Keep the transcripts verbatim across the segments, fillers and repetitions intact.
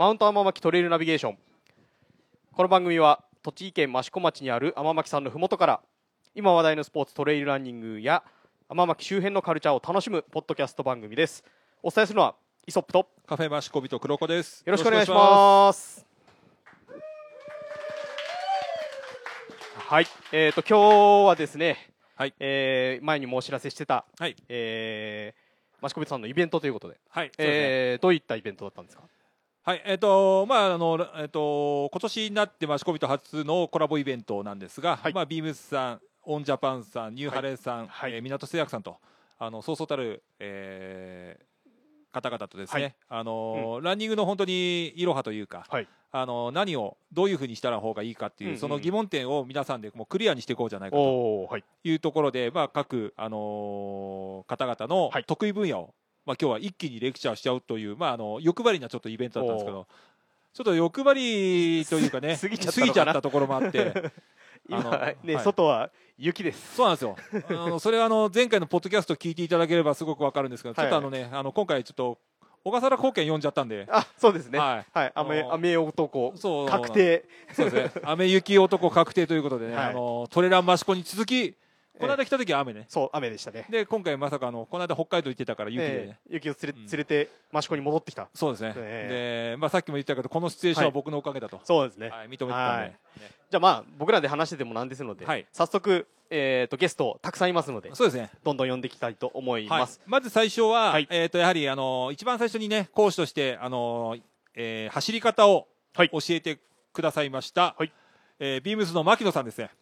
マウント天巻トレイルナビゲーション。この番組は栃木県益子町にある天巻山のふもとから今話題のスポーツトレイルランニングや天巻周辺のカルチャーを楽しむポッドキャスト番組です。お伝えするのはイソップとカフェ益子人黒子です。 よろしくお願いします。はい、えーと今日はですね、はいえー、前にもお知らせしてた、はいえー、益子人さんのイベントということで、はいえー、どういったイベントだったんですか？ はいえーとまああのえー、と今年になって益子人初のコラボイベントなんですが、はいまあ、ビームスさん、オンジャパンさん、ニューハレーさん、はいえー、港製薬さんとあのそうそうたる、えー、方々とですね、はいあのうん、ランニングの本当にいろはというか、はいあの何をどういうふうにしたら方がいいかっていう、うんうん、その疑問点を皆さんでもうクリアにしていこうじゃないかというところで、まあ、各、あのー、方々の得意分野を、まあ、今日は一気にレクチャーしちゃうという、まあ、あの欲張りなちょっとイベントだったんですけど、ちょっと欲張りというかね過ぎちゃったところもあって今ね、はい、外は雪です。 そうなんですよ。あのそれはあの前回のポッドキャスト聞いていただければすごくわかるんですけど、はい、ちょっとあのねあの今回ちょっと小笠原高原読んじゃったんで、 あそうですね、はい、はい、雨雨男そう確定そうですね、雨雪男確定ということでね、はい、あのトレラン益子に続きこの間来た時は雨ね、 そう雨でしたね。 で今回まさかあのこの間北海道行ってたから雪で、ねえー、雪を連れ、連れて益子に戻ってきた。 そうですね、えー、で、まあ、さっきも言ったけどこのシチュエーションは僕のおかげだと、はい、 そうですね、 はい、認めてたんで、はいね、 じゃあまあ僕らで話しててもなんですので、はい、早速、えー、とゲストたくさんいますので、そうですね、どんどん呼んでいきたいと思います。 はい、まず最初は、はい、えー、とやはりあの一番最初にね講師としてあの、えー、走り方を教えてくださいました、はいえー、ビームスの牧野さんですね。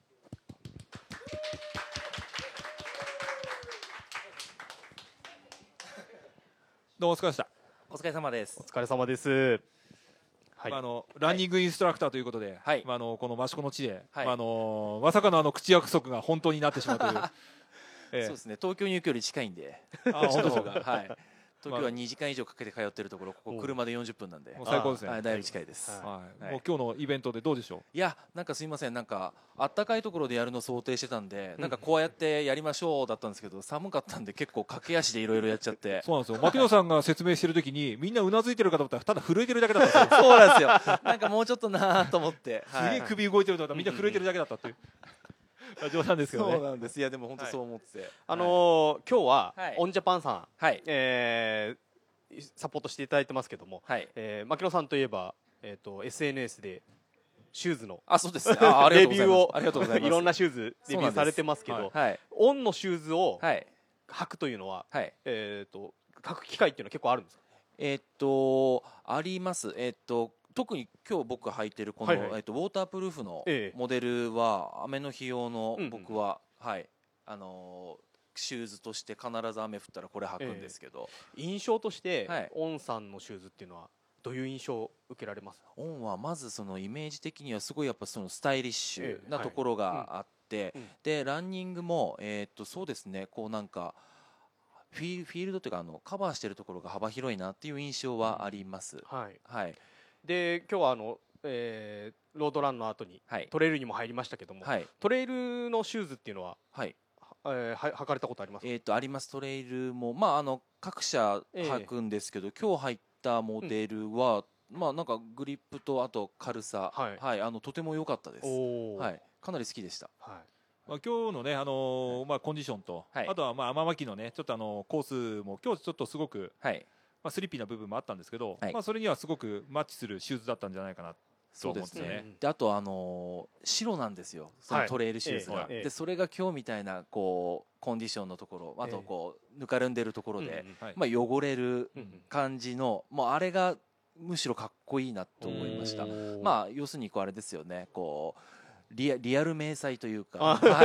どうもお疲れ様でした。 お疲れ様です。 お疲れ様です。 はい、まあ、あのランニングインストラクターということで、はいまあ、あのこの益子の地で、はいまあ、あのまさかのあの口約束が本当になってしまうという、 ええ、そうですね、東京に行くより近いんで、あ本当が、はい、東京はにじかん以上かけて通っているところ、ここ車でよんじゅっぷんなんで、 もう最高ですね、 はい、だいぶ近いです、 はいはい、もう今日のイベントでどうでしょう。 いやなんかすみません、なんかあったかいところでやるのを想定してたんで、なんかこうやってやりましょうだったんですけど、寒かったんで結構駆け足でいろいろやっちゃって、 そうなんですよ、牧野さんが説明してる時にみんなうなずいてるかと思ったらただ震えてるだけだったんですよそうなんですよ、なんかもうちょっとなと思って、 すげえ首動いてると思ったらみんな震えてるだけだったっていう冗談ですけどね。 そうなんです。いやでも本当そう思って、はい、 あのーはい、今日は、はい、オンジャパンさん、はいえーサポートしていただいてますけども、はいえー、牧野さんといえば、えー、と エスエヌエス でシューズのあそうですああレビューをありがとうございますいろんなシューズレビューされてますけど、はい、オンのシューズを履くというのは、はいえー、と履く機会っていうのは結構あるんですか？ えー、っとあります。えー、っと特に今日僕が履いてるこの、はいはいえー、っとウォータープルーフのモデルは雨の日用の僕は、うんうん、はいあのーシューズとして必ず雨降ったらこれ履くんですけど、 えー、印象として、はい、オンさんのシューズっていうのはどういう印象を受けられます？ オンはまずそのイメージ的にはすごいやっぱそのスタイリッシュなところがあって、えーはいうん、でランニングも、えー、っとそうですねこうなんかフィールドというかあのカバーしているところが幅広いなっていう印象はあります、うん、はい、はい、 で今日はあの、えー、ロードランの後に、はい、トレイルにも入りましたけども、はい、トレイルのシューズっていうのは、はいえー、は履かれたことありますか？ えー、とあります。トレイルも、まあ、あの各社履くんですけど、えー、今日入ったモデルは、うん、まあ、なんかグリップとあと軽さ、はいはい、あのとても良かったです、はい、かなり好きでした、はいまあ、今日のね、あのーはいまあ、コンディションと、はい、あとはまあ天巻のねちょっとあのコースも今日ちょっとすごく、はいまあ、スリッピーな部分もあったんですけど、はいまあ、それにはすごくマッチするシューズだったんじゃないかなそうですね。 であとあのー、白なんですよ。そのトレイルシューズが。はい、でそれが今日みたいなこうコンディションのところ、あとこうぬかるんでるところで、まあ汚れる感じの、もうあれがむしろかっこいいなと思いました。まあ要するにこうあれですよね。こう。リア、リアル迷彩というか、はい、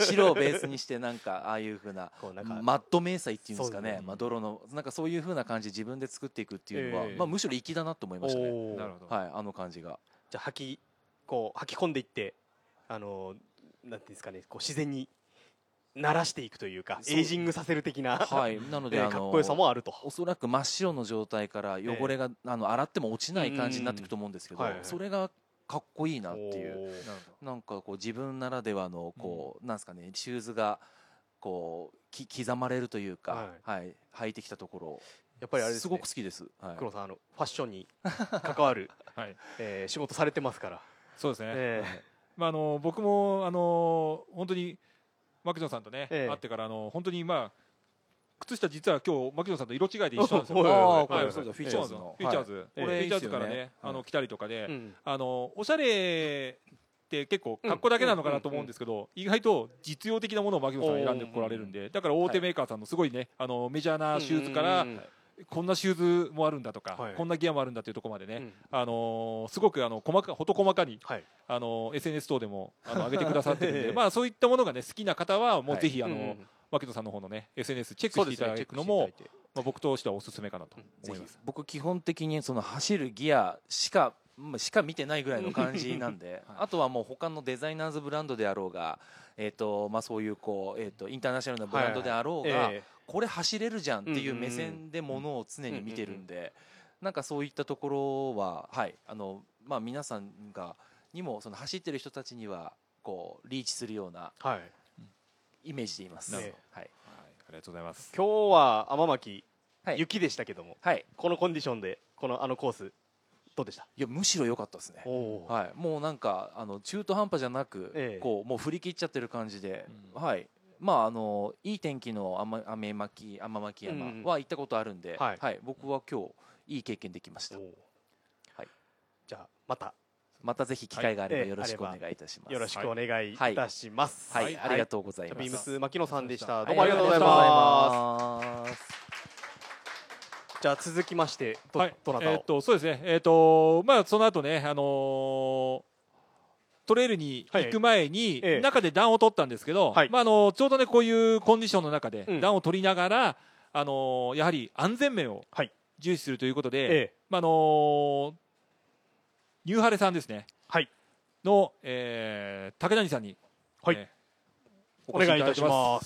白をベースにしてなんかああいう風なマッド迷彩っていうんですかね、まあ泥のなんかそういう風な感じで自分で作っていくっていうのは、えー、まあむしろ粋だなと思いましたね。なるほど。はい、あの感じが。 じゃあ吐きこう吐き込んでいってあのなんていうんですかね、こう自然に慣らしていくというかエイジングさせる的な、はい、なので、えー、かっこよさもあると。 おそらく真っ白の状態から汚れが、えー、あの洗っても落ちない感じになっていくと思うんですけど、はいはい、それがかっこいいなっていう、なんかこう自分ならではのこう、うん、なんですかね、シューズがこうき刻まれるというか、はいはい、履いてきたところ。 やっぱりあれですね、 すごく好きです、はい、 黒さんあのファッションに関わる、はいえー、仕事されてますから。 そうですね、えーまあ、あの僕もあの本当に牧野さんとね、えー、会ってからあの本当にまあ靴下実は今日牧野さんと色違いで一緒なんですよ。ああ、これそうだ、フィーチャーズのフィーチャーズ、これフィーチャーズからね、あの来たりとかで、あのおしゃれって結構格好だけなのかなと思うんですけど、意外と実用的なものを牧野さん選んでこられるんで、だから大手メーカーさんのすごいね、あのメジャーなシューズからこんなシューズもあるんだとか、こんなギアもあるんだというところまでね、あのすごくあの細か事細かにあの エスエヌエス 等でもあの上げてくださってるんで、まあそういったものがね好きな方はもうぜひあの牧野さんの方のね エスエヌエス チェックしていただくのも、まあ僕としてはおすすめかなと思います。 僕基本的にその走るギアしかしか見てないぐらいの感じなんで、はい、あとはもう他のデザイナーズブランドであろうが、えーとまあ、そういうこう、えーとインターナショナルなブランドであろうが、はいはい、これ走れるじゃんっていう目線でものを常に見てるんで、なんかそういったところは、はいあのまあ、皆さんがにもその走ってる人たちにはこうリーチするようなイメージでいます、 はいはい、ありがとうございます。 今日は天巻、はい、雪でしたけども、はい、このコンディションでこのあのコースどうでした？ いやむしろ良かったですね、はい、もうなんかあの中途半端じゃなく、ええ、こうもう振り切っちゃってる感じで、うん、はいまああのいい天気の雨雨巻天巻山は行ったことあるんで、うんはいはい、僕は今日いい経験できました、はい、 じゃあまたまたぜひ機会があればよろしくお願いいたします、 はい、よろしくお願いいたします。 はい、はいはい、ありがとうございます。 ビームス牧野さんでした。 どうもありがとうございます。 じゃあ続きましてど、 はい、 どなたを、 えー、っとそうですね、えー、っとまあその後ね、あのー、トレイルに行く前に、はい、中で暖を取ったんですけど、はいまあ、あのちょうどねこういうコンディションの中で暖を取りながら、うんあのー、やはり安全面を重視するということで、はいまああのー、ニューハレさんですね、はい、の、えー、竹谷さんに、 はいえー、お願いいたします。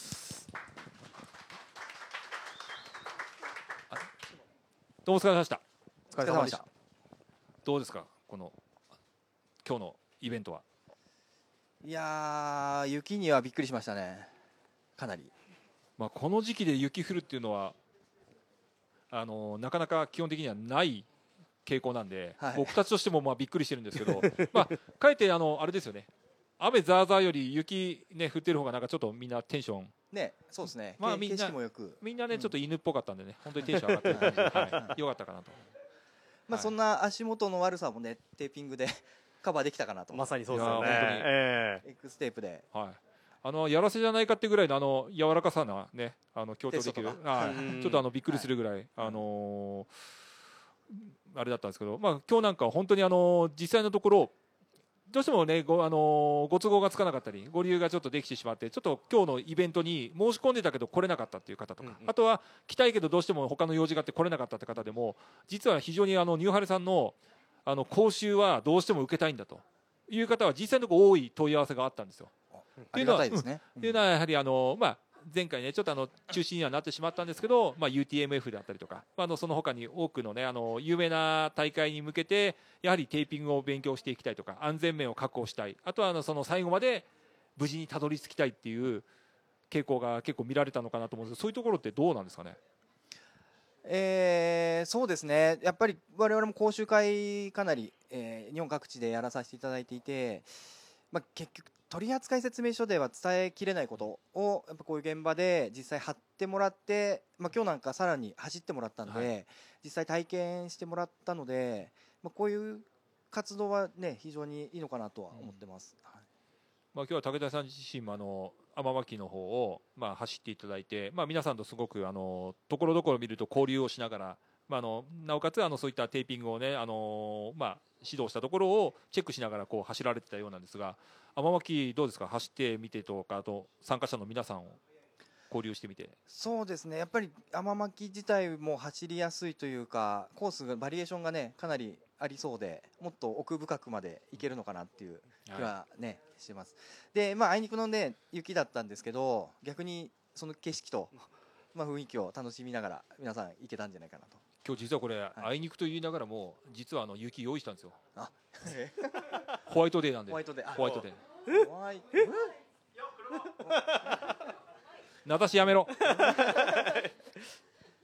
どうもお疲れ様でした。 お疲れ様でした。 どうですかこの今日のイベントは。 いやー雪にはびっくりしましたね。かなり、 まあ、この時期で雪降るっていうのはあのなかなか基本的にはない傾向なんで、はい、僕たちとしてもまあびっくりしてるんですけどまあかえってあのあれですよね、雨ザーザーより雪、ね、降ってる方がなんかちょっとみんなテンションね、そうですね、 まあ、みんなみんなねちょっと犬っぽかったんでね、うん、本当にテンション上がってる感じで、はい、よかったかなと。 まあそんな足元の悪さもねテーピングでカバーできたかなと。 まさにそうですよね。えー、X テープで、 はい、あのやらせじゃないかってぐらいのあの柔らかさなねあの強調できる、はい、ちょっとあのびっくりするぐらい、はい、あのー、あれだったんですけど、まあ今日なんか本当にあの実際のところどうしてもね ご,、あのー、ご都合がつかなかったりご理由がちょっとできてしまってちょっと今日のイベントに申し込んでたけど来れなかったっていう方とか、うんうん、あとは来たいけどどうしても他の用事があって来れなかったって方でも実は非常にあのニューハレさんのあの講習はどうしても受けたいんだという方は実際のところ多い問い合わせがあったんですよ。 ありがたいですね。 というのはやはりあの、まあ、前回ねちょっとあの中止にはなってしまったんですけど、まあ、ユーティーエムエフ であったりとか、まあ、あのその他に多くのねあの有名な大会に向けてやはりテーピングを勉強していきたいとか安全面を確保したい、あとはあのその最後まで無事にたどり着きたいっていう傾向が結構見られたのかなと思うんですけど、そういうところってどうなんですかね。 えー、そうですね、やっぱり我々も講習会かなり、えー、日本各地でやらさせていただいていて、まあ、結局取扱説明書では伝えきれないことをやっぱこういう現場で実際貼ってもらって、まあ、今日なんかさらに走ってもらったんで、はい、実際体験してもらったので、まあ、こういう活動はね非常にいいのかなとは思ってます、うんはいまあ、今日は武田さん自身もあの天巻の方をまあ走っていただいて、まあ、皆さんとすごくあのところどころ見ると交流をしながら、まあ、あのなおかつあのそういったテーピングをねあの、まあ、指導したところをチェックしながらこう走られてたようなんですが、天巻どうですか、走ってみてとかあと参加者の皆さんを交流してみて。 そうですね、やっぱり天巻自体も走りやすいというかコースがバリエーションがねかなりありそうでもっと奥深くまで行けるのかなっていう気はね、はい、してます。でまああいにくのね雪だったんですけど逆にその景色と、まあ、雰囲気を楽しみながら皆さん行けたんじゃないかなと。 今日実はこれ、はい、あいにくと言いながらも実はあの雪用意したんですよ。あホワイトデーなんで。ホワイトデー。ホワイトデー。ホワイトデー。名指しやめろ。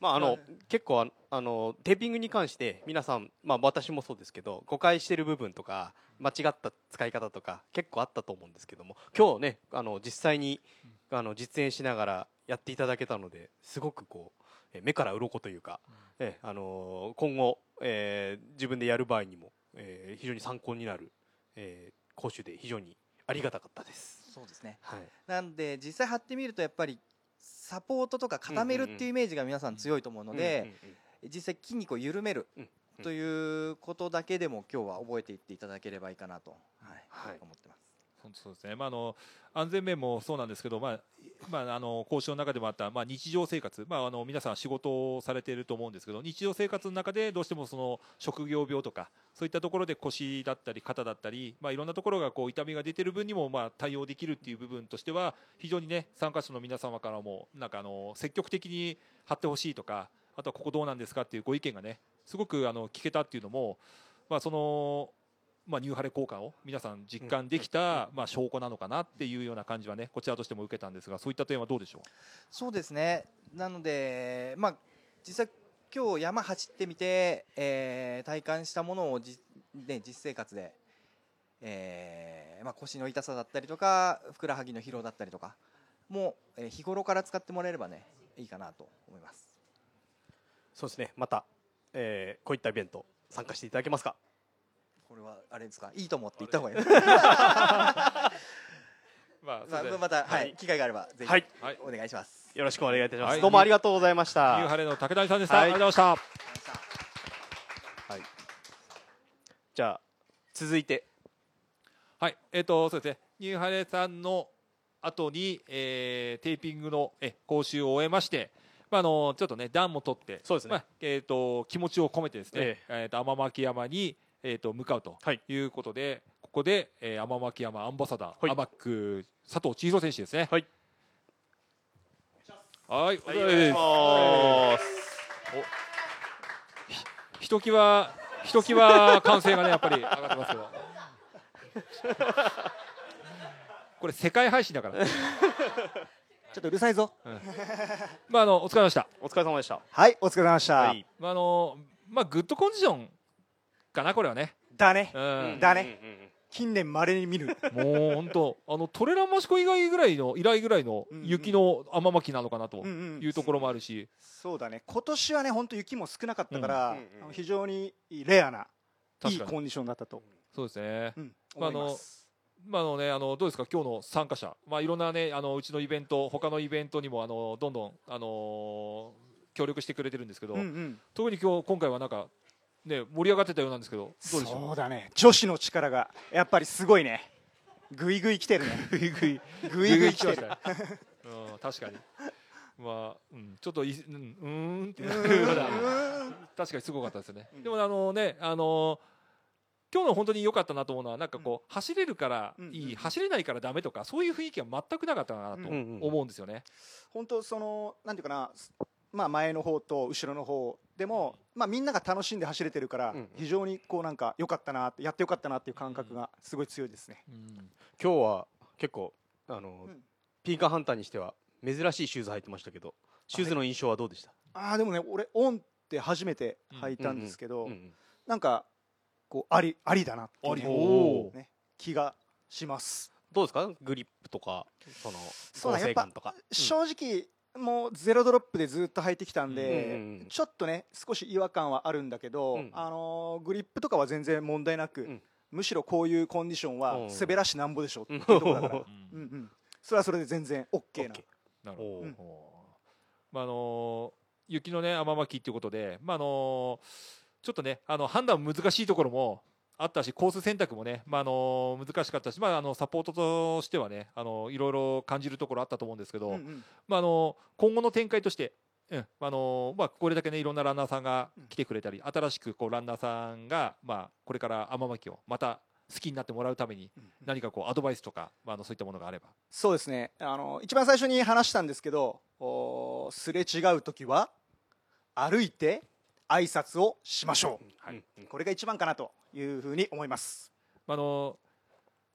まああの結構あのテーピングに関して皆さん、まあ、私もそうですけど誤解してる部分とか間違った使い方とか結構あったと思うんですけども、今日ねあの実際にあの実演しながらやっていただけたのですごくこう目から鱗というか、うん、えあの今後、えー、自分でやる場合にも、えー、非常に参考になる、えー、講習で非常にありがたかったです。 そうですね、 はい、 なんで実際貼ってみるとやっぱりサポートとか固めるっていうイメージが皆さん強いと思うので、実際筋肉を緩めるということだけでも今日は覚えていっていただければいいかなと、はいはい、思ってます。 そうですね、まあ、あの安全面もそうなんですけど、まあまあ、あの講習の中でもあった、まあ、日常生活、まあ、あの皆さん仕事をされていると思うんですけど、日常生活の中でどうしてもその職業病とかそういったところで腰だったり肩だったり、まあ、いろんなところがこう痛みが出ている分にもまあ対応できるっていう部分としては非常にね、参加者の皆様からもなんかあの積極的に貼ってほしいとか、あとはここどうなんですかっていうご意見がねすごくあの聞けたっていうのも、まあ、そのまあ、ニューハレ効果を皆さん実感できた、まあ、証拠なのかなっていうような感じはねこちらとしても受けたんですが、そういった点はどうでしょう。 そうですね、なので、まあ、実際今日山走ってみて、えー、体感したものをじ、ね、実生活で、えーまあ、腰の痛さだったりとかふくらはぎの疲労だったりとかも、えー、日頃から使ってもらえればねいいかなと思います。 そうですね、また、えー、こういったイベント参加していただけますか。 これはあれですか、いいと思って言った方がいいまあ、また、はい、機会があればぜひお願いします。 よろしくお願いいたします。どうもありがとうございました。 ニューハレの竹谷さんでした。ありがとうございました。 はい。じゃあ続いて、 はい、えっとそうですね、ニューハレさんの後に、えー、テーピングのえ講習を終えまして。まあ、あのちょっとね暖も取って、 そうですね、 まあえー、と気持ちを込めてですね、えー、えーと天巻山に、えー、と向かうということで、はい、ここで、えー、天巻山アンバサダー、はい、アマック佐藤千尋選手ですね。はい、はい、お願いします。ひときわひときわ歓声がねやっぱり上がってますけどこれ世界配信だからちょっとうるさいぞ。うん、 まああのお疲れ様でした。 お疲れ様でした。 はい、お疲れ様でした。はい、 まああのまあグッドコンディションかなこれはね。 だね。うん、だね。うんうんうん、近年稀に見る。 もう本当あのトレランマシコ以外ぐらいの以来ぐらいの雪の雨巻きなのかなというところもあるし。うんうん、 そうだね。今年はね本当雪も少なかったから、うん、非常にレアないいコンディションだったと。 そうですね。うん、まああの。まああのね、あのどうですか今日の参加者、まあ、いろんな、ね、あのうちのイベント他のイベントにもあのどんどん、あのー、協力してくれてるんですけど、うんうん、特に今日今回はなんか、ね、盛り上がってたようなんですけどどうでしょう。 そうだね、女子の力がやっぱりすごいね。ぐいぐい来てるね。 ぐいぐいぐいぐい来てる。 うん、確かに、まあうん、ちょっとい、うん、うーんって確かにすごかったですね。うん、でもあのねあのー今日の本当に良かったなと思うのはなんかこう、うん、走れるからいい、うんうん、走れないからダメとかそういう雰囲気は全くなかったなと思うんですよね。 本当そのなんていうかな、まあ、前の方と後ろの方でも、まあ、みんなが楽しんで走れてるから非常にこうなんか良かったなってやって良かったなっていう感覚がすごい強いですね。うんうん、 今日は結構あの、うん、ピーカーハンターにしては珍しいシューズ履いてましたけどシューズの印象はどうでした？ ああでもね俺オンって初めて履いたんですけど、うんうんうんうん、なんかこうありありだなっていう、ね、気がします。 どうですかグリップとかそのそうやっぱ正直、うん、もうゼロドロップでずっと履いてきたんで、うんうんうん、ちょっとね少し違和感はあるんだけど、うん、あのー、グリップとかは全然問題なく、うん、むしろこういうコンディションは滑らしなんぼでしょっていうところだから、うんうん、それはそれで全然 OK な。 なるほど、うん、まああのー、雪のね雨巻きっていうことで、まああのーちょっとねあの判断難しいところもあったしコース選択もね、まあ、あの難しかったし、まあ、あのサポートとしてはねあのいろいろ感じるところあったと思うんですけど、うんうん、まあ、あの今後の展開として、うんあのまあ、これだけねいろんなランナーさんが来てくれたり新しくこうランナーさんが、まあ、これから雨巻きをまた好きになってもらうために何かこうアドバイスとか、まあ、あのそういったものがあれば。 そうですね、あの一番最初に話したんですけどすれ違う時は歩いて挨拶をしましょう、はい、これが一番かなというふうに思います。 あの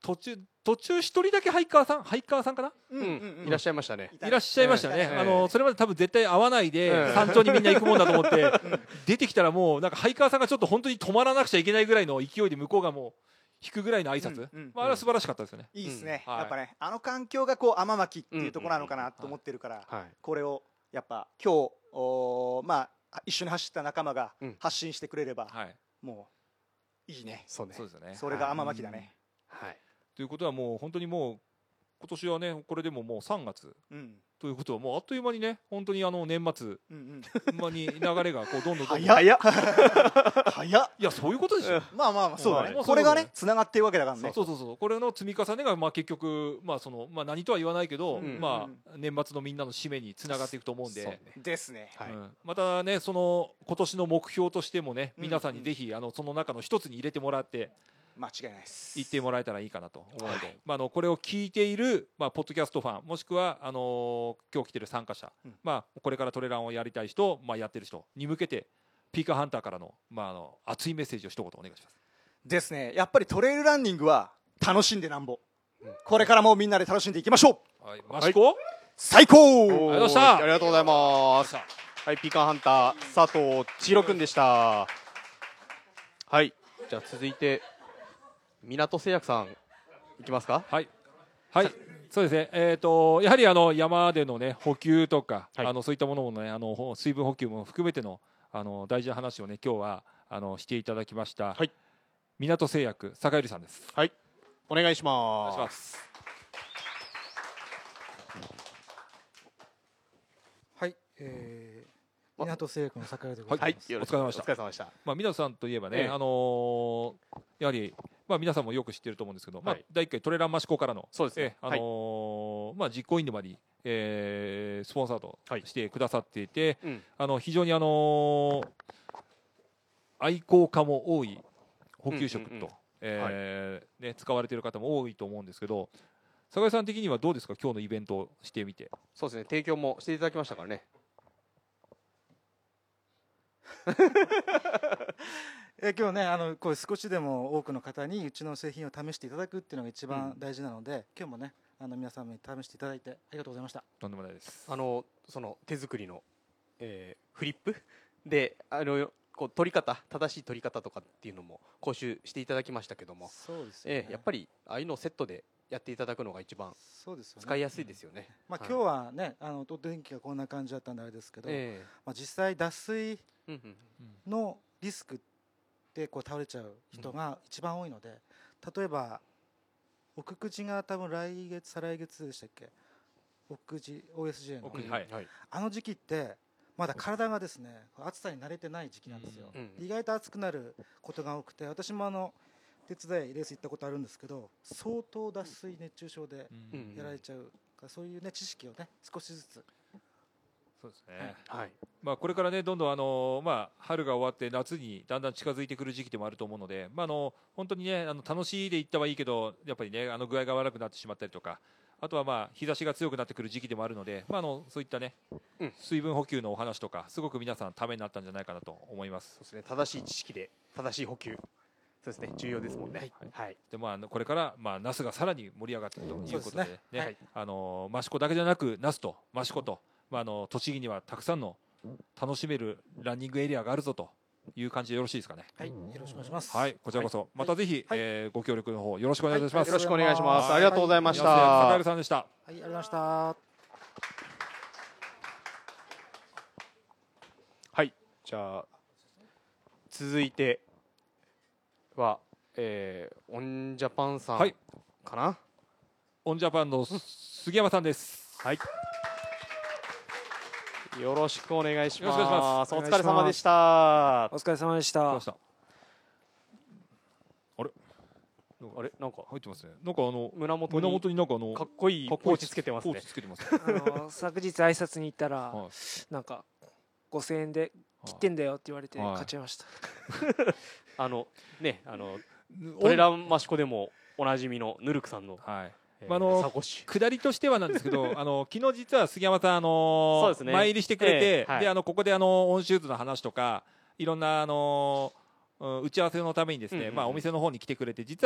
途中途中一人だけハイカーさんハイカーさんかな、 うんうんうん、いらっしゃいましたね。 いらっしゃいましたね。あのそれまで多分絶対会わないで山頂にみんな行くもんだと思って出てきたらもうなんかハイカーさんがちょっと本当に止まらなくちゃいけないぐらいの勢いで向こうがもう引くぐらいの挨拶、うんうん、まあ、あれは素晴らしかったですよね。 いいですね、うん、やっぱねあの環境がこう天巻っていうところなのかなと思ってるから、うんうん、これをやっぱ今日おまあ一緒に走った仲間が発信してくれれば、うん、もういいね。 そうね。そうですよね。 それが天巻だね。 はい。ということはもう本当にもう今年はねこれでももうさんがつ、うん、ということはもうあっという間にね本当にあの年末、うんうん、まに流れがこうどんどんどんどん早っ早っいやそういうことですよ。 まあまあまあそうだね。これがねつながっているわけだからね。 そうそうそうこれの積み重ねがまあ結局まあそのまあ何とは言わないけど、うん、まあ年末のみんなの締めにつながっていくと思うんで、ね、 ですね、 はい、うん、またねその今年の目標としてもね皆さんにぜひあのその中の一つに入れてもらって間違いないです言ってもらえたらいいかなと思うので、はい、まあ、あのこれを聞いている、まあ、ポッドキャストファンもしくはあのー、今日来てる参加者、うん、まあ、これからトレランをやりたい人、まあ、やってる人に向けてピーカーハンターからの、まあ、あの熱いメッセージを一言お願いします。 ですね。やっぱりトレイルランニングは楽しんでなんぼ、うん、これからもみんなで楽しんでいきましょう。 はい、マシコ、はい、 最高。 ありがとうございました。 ありがとうございます。はい、ピーカーハンター佐藤千尋くんでした。はい、じゃあ続いて港製薬さんいきますか。 はい、はい、そうですね。えっ、ー、とやはりあの山でのね補給とか、はい、あのそういったものもねあの水分補給も含めてのあの大事な話をね今日はあのしていただきました。はい、港製薬坂入さんです。 はい、お願いします。 お願いします。 はい、えー港製薬の坂入でございます。 はい、お疲れ様でした。 お疲れ様でした。 まあ港さんといえばね、ええ、あのー、やはりまあ皆さんもよく知ってると思うんですけど、はい、まあだいいっかいトレラン益子からのそうですね、 えあのーはい、まあ実行委員でもあり、えー、スポンサードしてくださっていて、はい、あの非常にあのー、愛好家も多い補給食と、うんうんうん、えーはい、ね使われている方も多いと思うんですけど、坂井さん的にはどうですか今日のイベントをしてみて。 そうですね、提供もしていただきましたからね。 え今日ねあのこう少しでも多くの方にうちの製品を試していただくっていうのが一番大事なので、うん、今日もねあの皆さんに試していただいてありがとうございました。 とんでもないです。 あのその手作りの、えー、フリップであのこう取り方正しい取り方とかっていうのも講習していただきましたけども、 そうですよね、 えー、やっぱりああいうのをセットでやっていただくのが一番使いやすいですよね。 まあ今日はねあの電気がこんな感じだったんであれですけど、えーまあ、実際脱水のリスクでこう倒れちゃう人が一番多いので、例えば奥久慈が多分来月再来月でしたっけ、奥久慈 オーエスジェー の、はい、あの時期ってまだ体がですね暑さに慣れてない時期なんですよ、うん、意外と暑くなることが多くて、私もあの手伝いレース行ったことあるんですけど相当脱水熱中症でやられちゃうから、そういうね知識をね少しずつ。 そうですね、 はい、 まあ、これからねどんどんあの、まあ、春が終わって夏にだんだん近づいてくる時期でもあると思うので、まあ、あの本当にねあの楽しいで行ったはいいけどやっぱりねあの具合が悪くなってしまったりとか、あとはまあ日差しが強くなってくる時期でもあるので、まあ、あのそういったね、うん、水分補給のお話とかすごく皆さんためになったんじゃないかなと思います。 そうですね、正しい知識で正しい補給、そうですね、重要ですもんね。はいはい、でまあこれからまあ那須がさらに盛り上がっていくということでね、ね、はい、あの益子だけじゃなく那須と益子と、まあ、あの栃木にはたくさんの楽しめるランニングエリアがあるぞという感じでよろしいですかね。 はい、よろしくお願いします。 はい、こちらこそ、はい、またぜひ、はい、えー、ご協力の方よろしくお願いいたします。 はい、よろしくお願いします。ありがとうございました。 坂入さんでした。はい、ありがとうございました。 はい、じゃあ続いては、えー、オンジャパンさんかな、はい、 オンジャパンの杉山さんです。 はい、よろしくお願いします。お疲れ様でした。 お疲れ様でした。 あれあれなんか入ってますね。なんかあの胸元に胸元になんかあのかっこいいポーチつけてますね。 つけてますね。 あの昨日挨拶に行ったら、はい、なんかごせんえんで切ってんだよって言われて買っちゃいました。 はい、あのねあのトレラン益子でもおなじみのヌルクさんの。 はい。まあ、あの下りとしてはなんですけどあの昨日実は杉山さん、あのーね、前入りしてくれて、えーはい、であのここであのオンシューズの話とかいろんな、あのー、打ち合わせのためにですね、うんうんうん、まあ、お店の方に来てくれて実は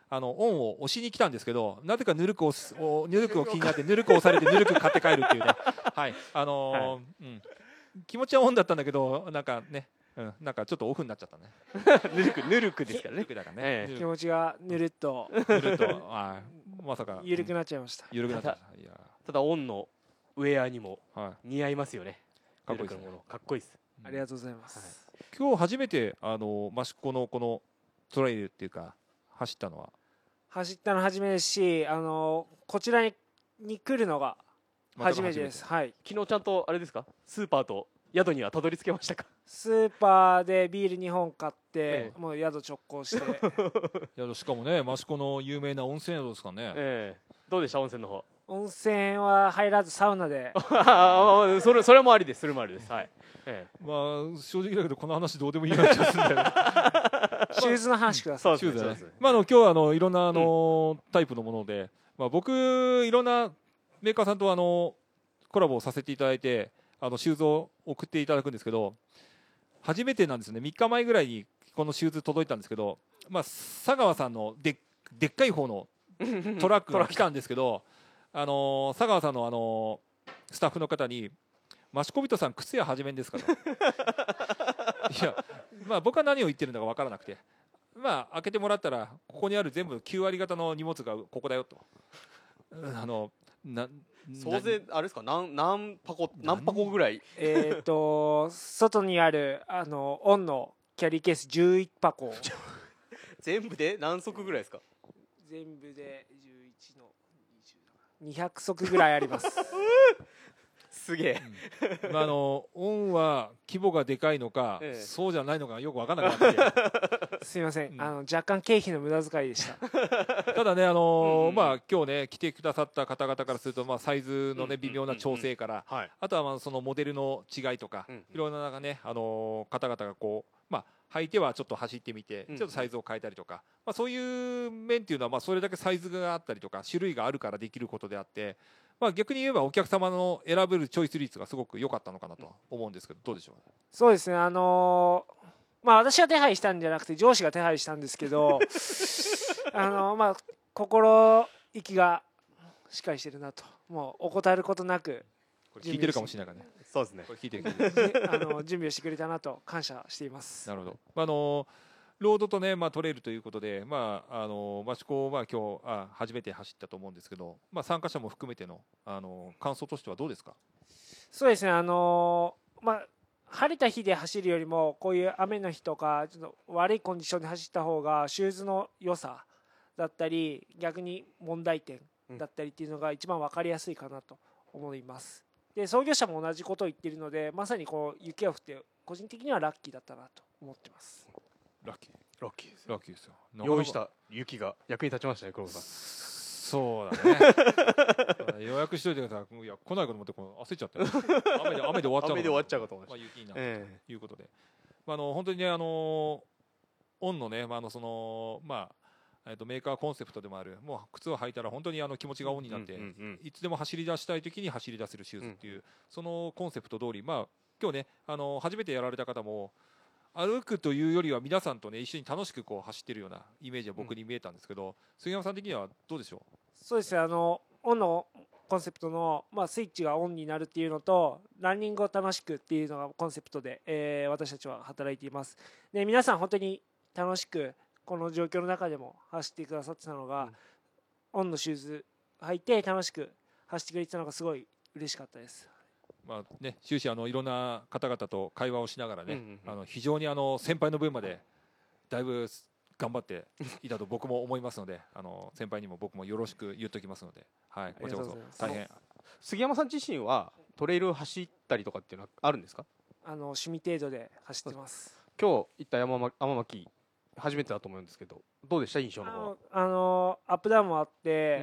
あのオンを押しに来たんですけど、なぜかぬるく押すぬるくを気になってぬるく押されてぬるく買って帰るっていうねはいあのーはいうん、気持ちはオンだったんだけどなんかね、うん、なんかちょっとオフになっちゃったねぬるくぬるくですからねだからね、 ええ、気持ちがぬるっとぬるっとあまさか緩くなっちゃいました。 緩くなっちゃった。いやただオンのウェアにも似合いますよね、 はい、かっこいいです、 ね、かっこいいです、 ありがとうございます、 はい、今日初めてあの益子のこのトレイルっていうか走ったのは走ったの初めですし、あのこちらにに来るのが初めてです、はい、 昨日ちゃんとあれですか、スーパーと宿にはたどり着けましたか？ スーパーでビールにほん買って、ええ、もう宿直行して宿しかもね益子の有名な温泉宿ですかね、 ええ、どうでした温泉の方？ 温泉は入らずサウナでそれそれもありです、それもありです、はい、ええ、まあ正直だけどこの話どうでもいいような気がするんだよねシューズの話ください。 シューズね。まああの今日はあのいろんなあの、うん、タイプのもので、まあ僕いろんなメーカーさんとあのコラボをさせていただいて、あのシューズを送っていただくんですけど、初めてなんですね。みっかまえぐらいにこのシューズ届いたんですけど、まあ佐川さんのででっかい方のトラックが来たんですけど、あの佐川さんのあのスタッフの方に。益子人さん靴屋始めんですかといや、まあ、僕は何を言ってるんだか分からなくて、まあ、開けてもらったらここにある全部きゅう割方の荷物がここだよとあのな総勢あれですか、何何箱何箱ぐらいえっと外にあるあのオンのキャリーケースじゅういち箱全部で何足ぐらいですか？ 全部でじゅういちのにひゃく足ぐらいありますすげえ、 うんまあ、あのオンは規模がでかいのか、ええ、そうじゃないのかよく分からなくなってすいません、うん、あの若干経費の無駄遣いでしたただね、あのーうん、まあ、今日ね来てくださった方々からすると、まあ、サイズのね微妙な調整から、あとはまあそのモデルの違いとか、うんうん、いろんなね、あのー、方々がこう、まあ、履いてはちょっと走ってみてちょっとサイズを変えたりとか、まあ、そういう面っていうのはまあそれだけサイズがあったりとか種類があるからできることであって、まあ、逆に言えばお客様の選べるチョイス率がすごく良かったのかなと思うんですけど、どうでしょう？ そうですね、あのー、まあ私が手配したんじゃなくて上司が手配したんですけどあのー、まあ心意気がしっかりしてるなと、もう怠ることなくこれ聞いてるかもしれないからね。 そうですね、 これ聞いてるあの準備をしてくれたなと感謝しています。 なるほど。あのーロードとね、まあ、トレイルということで、まあ、あの益子は今日あ初めて走ったと思うんですけど、まあ、参加者も含めての、あの感想としてはどうですか？ そうですね、あのー、まあ、晴れた日で走るよりもこういう雨の日とかちょっと悪いコンディションで走った方がシューズの良さだったり逆に問題点だったりっていうのが一番分かりやすいかなと思います。で創業者も同じことを言っているので、まさにこう雪が降って個人的にはラッキーだったなと思ってます。 ラッキーラッキーですラッキーですよ。 用意した雪が役に立ちましたね、黒田さん。 そうだね予約しといてください。いや来ないかと思ってこの焦っちゃった雨で雨で終わっちゃう雨で終わっちゃうかと思いました。まあ、雪になるということで、えーまあ、あの本当にね、あのオンのね、まああのそのまあえー、とメーカーコンセプトでもある、もう靴を履いたら本当にあの気持ちがオンになって、うんうんうん、いつでも走り出したい時に走り出せるシューズっていう、うん、そのコンセプト通り、まあ今日ね、あの初めてやられた方も歩くというよりは皆さんとね一緒に楽しくこう走ってるようなイメージは僕に見えたんですけど、うん、杉山さん的にはどうでしょう？ そうですね、あのオンのコンセプトの、まあ、スイッチがオンになるっていうのとランニングを楽しくっていうのがコンセプトで、えー、私たちは働いています。で皆さん本当に楽しくこの状況の中でも走ってくださってたのが、うん、オンのシューズ履いて楽しく走ってくれてたのがすごい嬉しかったです。 まあね、終始あのいろんな方々と会話をしながらね、うんうんうん、あの非常にあの先輩の分までだいぶ頑張っていたと僕も思いますのであの先輩にも僕もよろしく言っておきますので、はい、こちらこそ大変。 杉山さん自身はトレイルを走ったりとかっていうのはあるんですか？ あの趣味程度で走ってます。 今日行った山天巻初めてだと思うんですけど、どうでした印象の方は？ あのアップダウンもあって、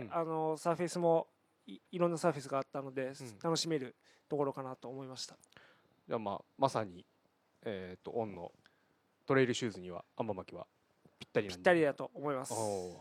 うん、あのサーフェスも い, いろんなサーフェスがあったので、うん、楽しめるところかなと思いました。 じゃあ、まあ、まさに、えー、とオンのトレイルシューズには天巻はぴったりなんでぴったりだと思います。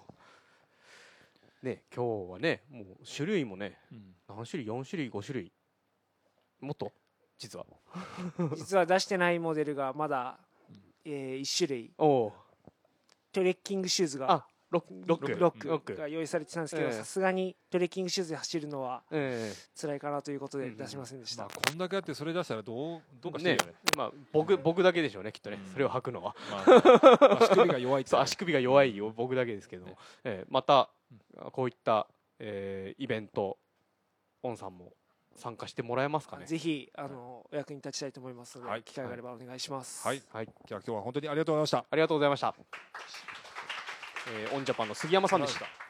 ね、今日はねもう種類もね、うん、何種類よん種類ご種類もっと実は実は出してないモデルがまだ、えー、いち種類トレッキングシューズがロックロックロックが用意されてたんですけど、さすがにトレッキングシューズで走るのは辛いかなということで出しませんでした。 こんだけあってそれ出したらどうどうかしてるよね。 まあ僕僕だけでしょうねきっとね、それを履くのは。 足首が弱い。 足首が弱いよ僕だけですけど、またこういったイベントオンさんも参加してもらえますかね。 ぜひあのお役に立ちたいと思いますので、機会があればお願いします。 はいはい。じゃあ今日は本当にありがとうございました。 ありがとうございました。えー、オンジャパンの杉山さんでした。はい、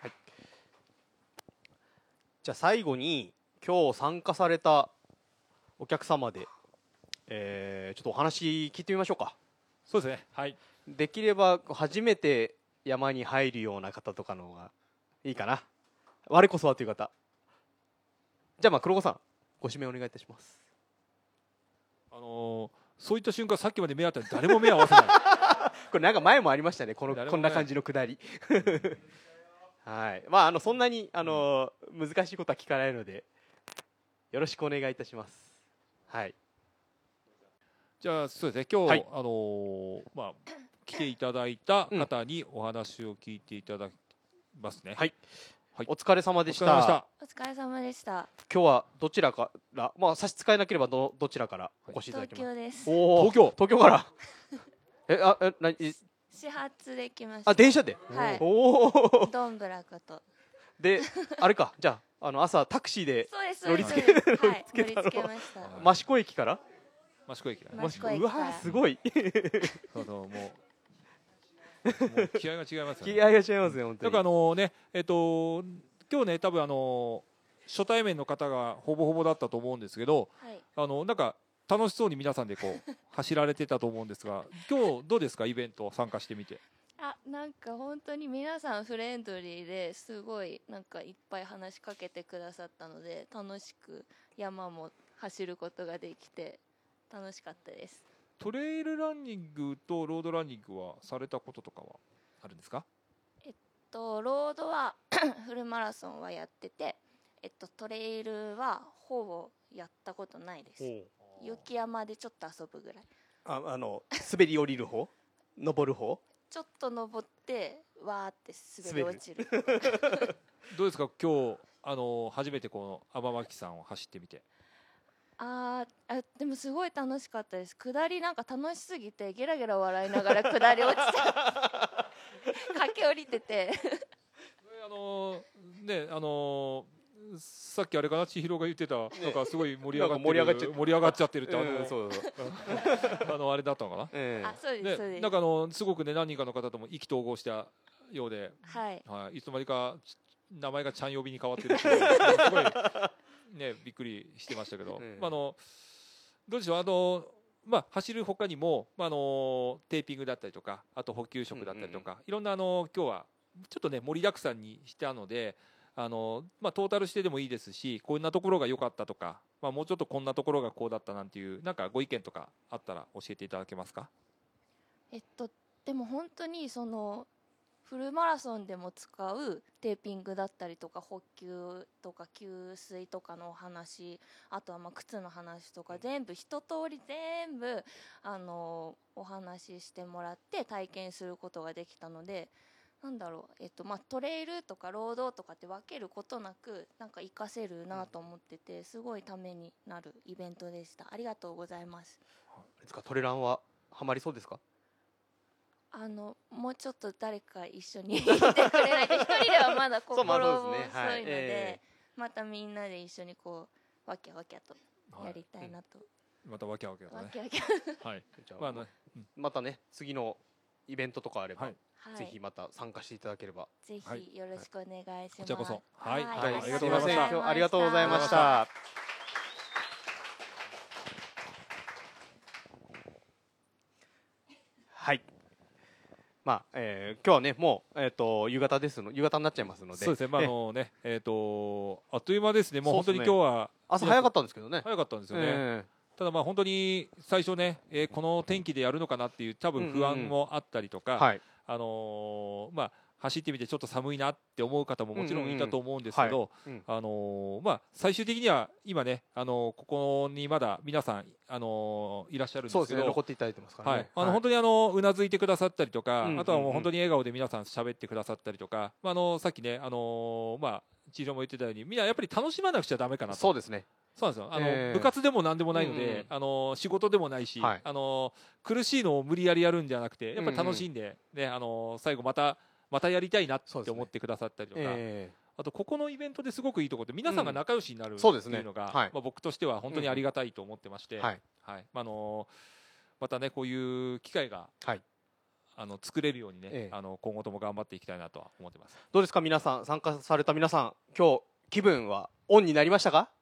じゃあ最後に今日参加されたお客様で、えー、ちょっとお話聞いてみましょうか。 そうですね。はい。 できれば初めて山に入るような方とかの方がいいかな。我こそはという方。じゃあまあ黒子さんご指名お願いいたします。 あのー、そういった瞬間さっきまで目合ったら誰も目合わせない。 これなんか前もありましたね、このこんな感じのくだり。はい、まああのそんなにあの難しいことは聞かないのでよろしくお願いいたします。はい。 じゃあそうですね、今日、はい、あのー、まあ来ていただいた方にお話を聞いていただきますね。 はい。はい、お疲れ様でした。 お疲れ様でした。 今日はどちらから、まあ差し支えなければどどちらからお越しいただきます。 東京です。 おお、東京東京から。えあえな始発で来ました。 あ電車で。 はい。 おお。 どんぶらことであれかじゃああの朝タクシーで乗り付け乗り付けたの。益子駅から。 益子駅から。 益子駅うわすごい。 そうそうもう。もう気合が違いますよね。 気合が違いますね本当に。 だからあのねえっと今日ね多分あの初対面の方がほぼほぼだったと思うんですけど、 はい、 あのなんか楽しそうに皆さんでこう走られてたと思うんですが、今日どうですかイベント参加してみて。 あなんか本当に皆さんフレンドリーですごいなんかいっぱい話しかけてくださったので楽しく山も走ることができて楽しかったです。 トレイルランニングとロードランニングはされたこととかはあるんですか？ えっとロードはフルマラソンはやってて、えっとトレイルはほぼやったことないです。雪山でちょっと遊ぶぐらい。 ああの滑り降りる方登る方ちょっと登ってわーって滑り落ちる。 どうですか今日あの初めてこの天巻さんを走ってみて。 ああでもすごい楽しかったです。下りなんか楽しすぎてゲラゲラ笑いながら下り落ちて駆け下りててあのねあのさっきあれかな千尋が言ってた、ね、なんかすごい盛り上がってる盛り上がっちゃってるってあの、うん、そうあのあれだったのかな、 えー、あそうです、ね、そうです。 なんかあのすごくね何人かの方とも意気投合したようで、 はいはい、いつの間にか名前がちゃん呼びに変わってるっていうすごいねびっくりしてましたけど、うんまあ、あのどうでしょうあのまあ、走る他にも、まあ、あのテーピングだったりとかあと補給食だったりとか、うんうんうん、いろんなあの今日はちょっとね盛りだくさんにしたのであの、まあ、トータルしてでもいいですしこんなところが良かったとか、まあ、もうちょっとこんなところがこうだったなんていうなんかご意見とかあったら教えていただけますか？ えっとでも本当にそのフルマラソンでも使うテーピングだったりとか補給とか給水とかのお話あとはまあ靴の話とか全部一通り全部あのお話ししてもらって体験することができたのでなんだろう、えっとまあ、トレイルとかロードとかって分けることなくなんか活かせるなと思っててすごいためになるイベントでした。ありがとうございます。 ですかトレランはハマりそうですか？ あのもうちょっと誰か一緒にいてくれないと一人ではまだ心細いのでまたみんなで一緒にこうわきゃわきゃとやりたいなと、はいうん、またわきゃわきゃとねわきゃわきゃはいじゃあ、まあねうん、またね次のイベントとかあれば、はい、ぜひまた参加していただければ、 ぜひよろしくお願いします。 こちらこそはい、 はい、ありがとうございました。ありがとうございました。はい。まあえー、今日はねもう、えー、と夕方ですの夕方になっちゃいますのでそうですねまああのねえっ、ー、とあっという間ですねもう本当に今日は朝早かったんですけどね早かったんですよね、えー、ただまあ本当に最初ね、えー、この天気でやるのかなっていう多分不安もあったりとか、うんうんはい、あのー、まあ走ってみてちょっと寒いなって思う方ももちろんいたと思うんですけど、あのまあ最終的には今ね、あのここにまだ皆さんあのいらっしゃるんですけど、 そうですね、残っていただいてますからね。 はい、あの本当にあのうなずいてくださったりとか、あとはもう本当に笑顔で皆さん喋ってくださったりとか、まああのさっきね、あのまあ千尋も言ってたように、みんなやっぱり楽しまなくちゃダメかなと。 そうですね。 そうなんですよ。あの、えー、部活でも何でもないので、うんうん、あの仕事でもないし、はい、あの苦しいのを無理やりやるんじゃなくて、やっぱり楽しんで、うんうん、ね、あの最後またまたやりたいなって思ってくださったりとか、ね、えー、あとここのイベントですごくいいところで皆さんが仲良しになるっていうのが、うんね、はい、まあ僕としては本当にありがたいと思ってまして、うん、はい、はい、まあのまたねこういう機会が、はい、あの作れるようにね、ええ、あの今後とも頑張っていきたいなとは思ってます。 どうですか皆さん、参加された皆さん、今日気分はオンになりましたか？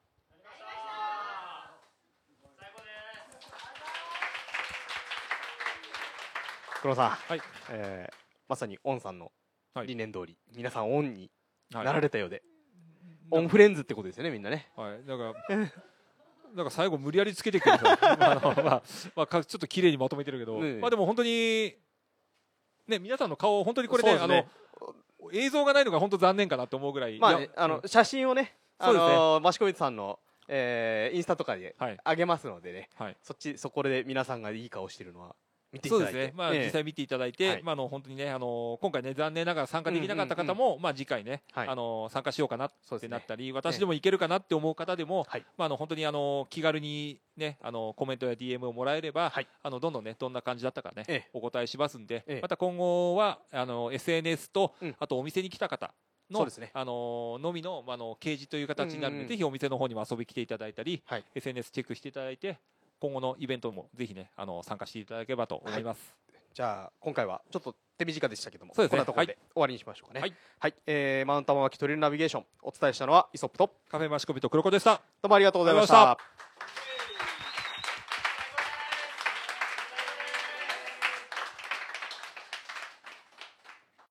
黒さん、はい、えー、まさにオンさんの理念通り、はい、皆さんオンになられたようで、はい、オンフレンズってことですよね、みんなね。 はい、だからなんか最後無理やりつけてくるまあ、まあ、まあ、ちょっと綺麗にまとめてるけど、ね、まあでも本当にね、皆さんの顔本当にこれね、あの映像がないのが本当残念かなと思うぐらい、 まあね、あの写真をね、あの益子光さんの、えー、インスタとかで上げますのでね、はい、そっちそこで皆さんがいい顔してるのは見ていただいて、 そうですね、まあ、えー、実際見ていただいて、はい、まあ、あの本当にね、あの今回ね残念ながら参加できなかった方も、うんうんうん、まあ、次回ね、はい、あの参加しようかなってなったり、ね、私でもいけるかなって思う方でも、はい、まあ、あの本当にあの気軽にね、あのコメントや ディーエム をもらえれば、はい、あのどんどんねどんな感じだったかね、ええ、お答えしますんで、ええ、また今後はあの エスエヌエス と、うん、あとお店に来た方の、ね、あののみの、まあ、の掲示という形になるので、うんうん、ぜひお店の方にも遊びに来ていただいたり、はい、エスエヌエス チェックしていただいて、今後のイベントもぜひねあの参加していただければと思います。はい、 じゃあ今回はちょっと手短でしたけども、そうですね、こんなところで終わりにしましょうかね。はい、はい、えー、マウント天巻トレイルナビゲーションお伝えしたのはイソップとカフェマシコビと黒子でした。 どうもありがとうございました。